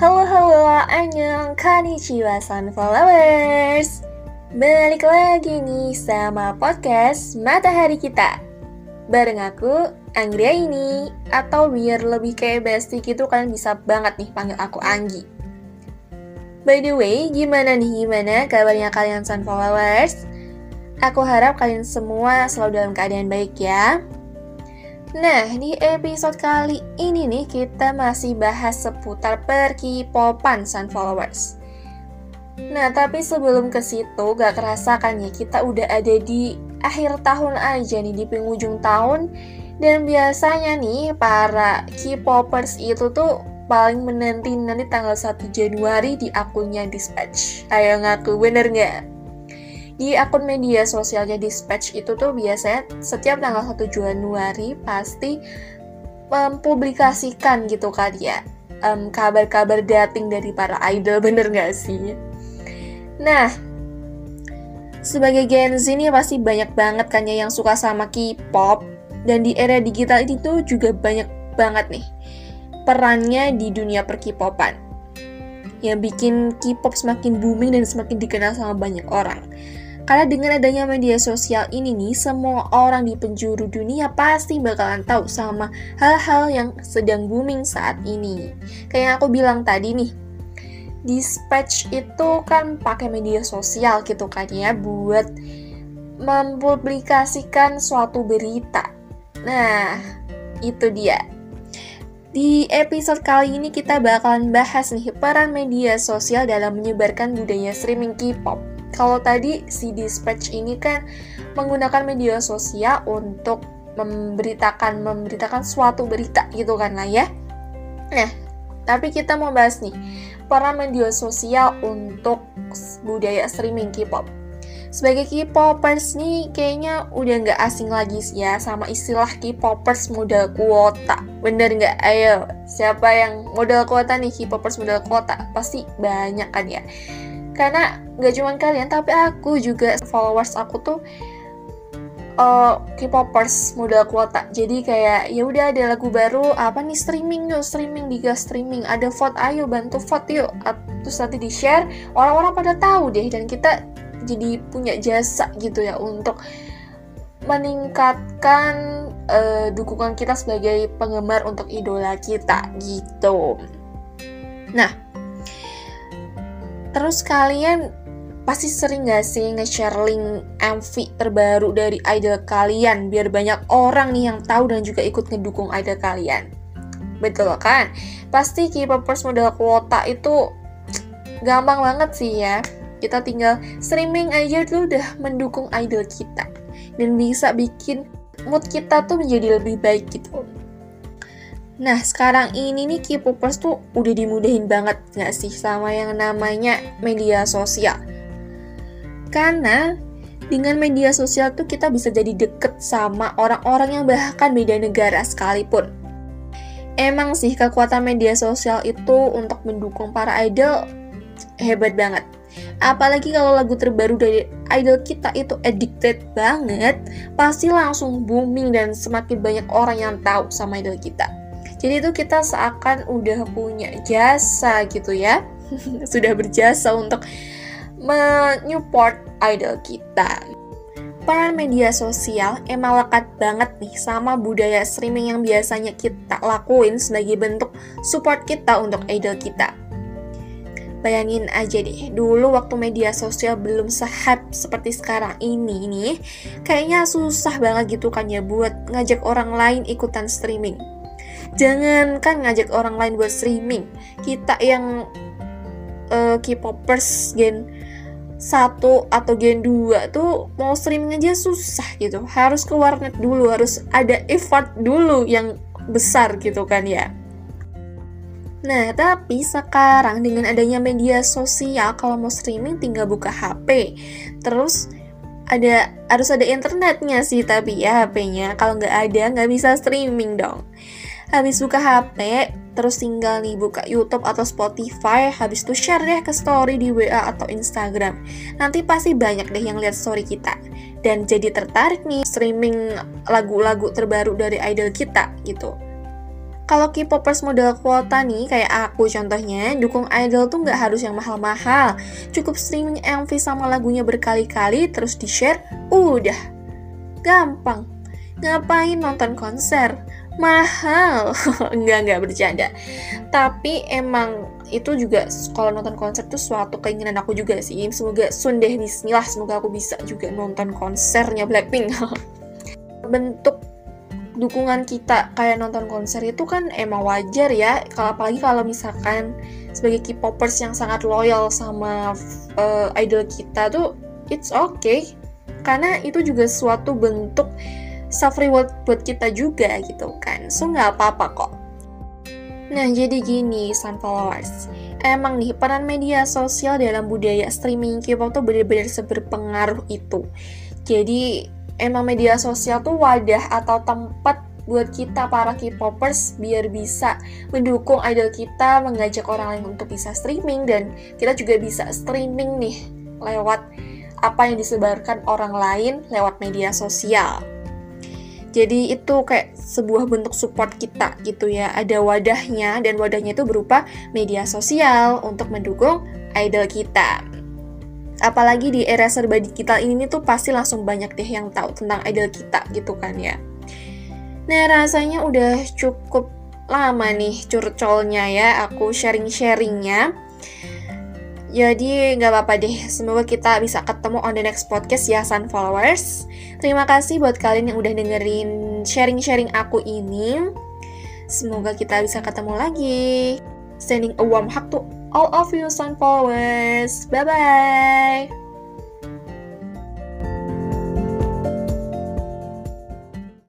Halo, annyeong, konnichiwa Sunflowers. Balik lagi nih sama podcast Matahari Kita. Bareng aku, Anggria ini. Atau biar lebih kayak bestie gitu, kalian bisa banget nih panggil aku Anggi. By the way, gimana kabarnya kalian Sunflowers? Aku harap kalian semua selalu dalam keadaan baik ya. Nah, di episode kali ini nih kita masih bahas seputar per-K-popan Sunflowers. Nah, tapi sebelum ke situ gak kerasa kan ya kita udah ada di akhir tahun aja nih, di penghujung tahun. Dan biasanya nih para K-popers itu tuh paling menanti tanggal 1 Januari di akunnya Dispatch. Ayo ngaku, bener nggak? Di akun media sosialnya Dispatch itu tuh biasanya setiap tanggal 1 Januari pasti mempublikasikan gitu kan ya, kabar-kabar dating dari para idol, bener nggak sih? Nah, sebagai Gen Z nih pasti banyak banget kan ya yang suka sama K-pop, dan di era digital ini tuh juga banyak banget nih perannya di dunia per-K-popan yang bikin K-pop semakin booming dan semakin dikenal sama banyak orang. Karena dengan adanya media sosial ini nih, semua orang di penjuru dunia pasti bakalan tahu sama hal-hal yang sedang booming saat ini. Kayak yang aku bilang tadi nih, Dispatch itu kan pakai media sosial gitu kan ya, buat mempublikasikan suatu berita. Nah, itu dia. Di episode kali ini kita bakalan bahas nih peran media sosial dalam menyebarkan budaya streaming K-pop. Kalau tadi si Dispatch ini kan menggunakan media sosial untuk memberitakan suatu berita gitu kan lah ya. Nah, tapi kita mau bahas nih peran media sosial untuk budaya streaming K-pop. Sebagai K-popers nih kayaknya udah nggak asing lagi sih ya sama istilah K-popers modal kuota. Bener nggak? Ayo, siapa yang modal kuota nih, K-popers modal kuota? Pasti banyak kan ya. Karena gak cuma kalian, tapi aku juga, followers aku tuh K-popers modal kuota. Jadi kayak ya udah ada lagu baru, apa nih, streaming digas streaming, ada vote, ayo bantu vote yuk. Terus nanti di share, orang-orang pada tahu deh, dan kita jadi punya jasa gitu ya untuk meningkatkan dukungan kita sebagai penggemar untuk idola kita gitu. Nah, terus kalian pasti sering gak sih nge-share link MV terbaru dari idol kalian biar banyak orang nih yang tahu dan juga ikut ngedukung idol kalian? Betul kan? Pasti K-popers modal kuota itu gampang banget sih ya. Kita tinggal streaming aja tuh udah mendukung idol kita. Dan bisa bikin mood kita tuh menjadi lebih baik gitu. Nah, sekarang ini nih K-popers tuh udah dimudahin banget gak sih sama yang namanya media sosial? Karena dengan media sosial tuh kita bisa jadi deket sama orang-orang yang bahkan beda negara sekalipun. Emang sih kekuatan media sosial itu untuk mendukung para idol hebat banget. Apalagi kalau lagu terbaru dari idol kita itu addicted banget, pasti langsung booming dan semakin banyak orang yang tahu sama idol kita. Jadi itu kita seakan udah punya jasa gitu ya. Sudah berjasa untuk menyupport idol kita. Peran media sosial emang lekat banget nih sama budaya streaming yang biasanya kita lakuin sebagai bentuk support kita untuk idol kita. Bayangin aja deh, dulu waktu media sosial belum se-hype seperti sekarang ini nih, kayaknya susah banget gitu kan ya buat ngajak orang lain ikutan streaming. Jangankan ngajak orang lain buat streaming, kita yang K-popers Gen 1 atau Gen 2 tuh mau streaming aja susah gitu. Harus ke warnet dulu, harus ada effort dulu yang besar gitu kan ya. Nah, tapi sekarang dengan adanya media sosial, kalau mau streaming tinggal buka HP. Terus harus ada internetnya sih, tapi ya HP-nya. Kalau nggak ada, nggak bisa streaming dong. Habis buka HP, terus tinggal nih buka YouTube atau Spotify, habis itu share deh ke story di WA atau Instagram. Nanti pasti banyak deh yang lihat story kita. Dan jadi tertarik nih streaming lagu-lagu terbaru dari idol kita gitu. Kalau K-popers model kuota nih, kayak aku contohnya, dukung idol tuh nggak harus yang mahal-mahal. Cukup streaming MV sama lagunya berkali-kali, terus di-share, udah. Gampang. Ngapain nonton konser? Mahal. Enggak bercanda. Tapi emang itu juga kalau nonton konser tuh suatu keinginan aku juga sih. Semoga soon deh, bismillah, semoga aku bisa juga nonton konsernya Blackpink. Bentuk dukungan kita kayak nonton konser itu kan emang wajar ya, apalagi kalau misalkan sebagai K-popers yang sangat loyal sama idol kita tuh it's okay, karena itu juga suatu bentuk self reward buat kita juga gitu kan, so nggak apa-apa kok. Nah jadi gini Sun Followers, emang nih peran media sosial dalam budaya streaming K-pop tuh benar-benar seberpengaruh itu. Jadi emang media sosial tuh wadah atau tempat buat kita para K-popers biar bisa mendukung idol kita, mengajak orang lain untuk bisa streaming, dan kita juga bisa streaming nih lewat apa yang disebarkan orang lain lewat media sosial. Jadi itu kayak sebuah bentuk support kita gitu ya, ada wadahnya, dan wadahnya itu berupa media sosial untuk mendukung idol kita. Apalagi di era serba digital ini tuh pasti langsung banyak deh yang tahu tentang idol kita gitu kan ya. Nah rasanya udah cukup lama nih curcolnya ya, aku sharing-sharingnya. Jadi nggak apa-apa deh, semoga kita bisa ketemu on the next podcast ya Sun Followers. Terima kasih buat kalian yang udah dengerin sharing-sharing aku ini. Semoga kita bisa ketemu lagi. Sending a warm hug to all of you Sun Followers. Bye-bye!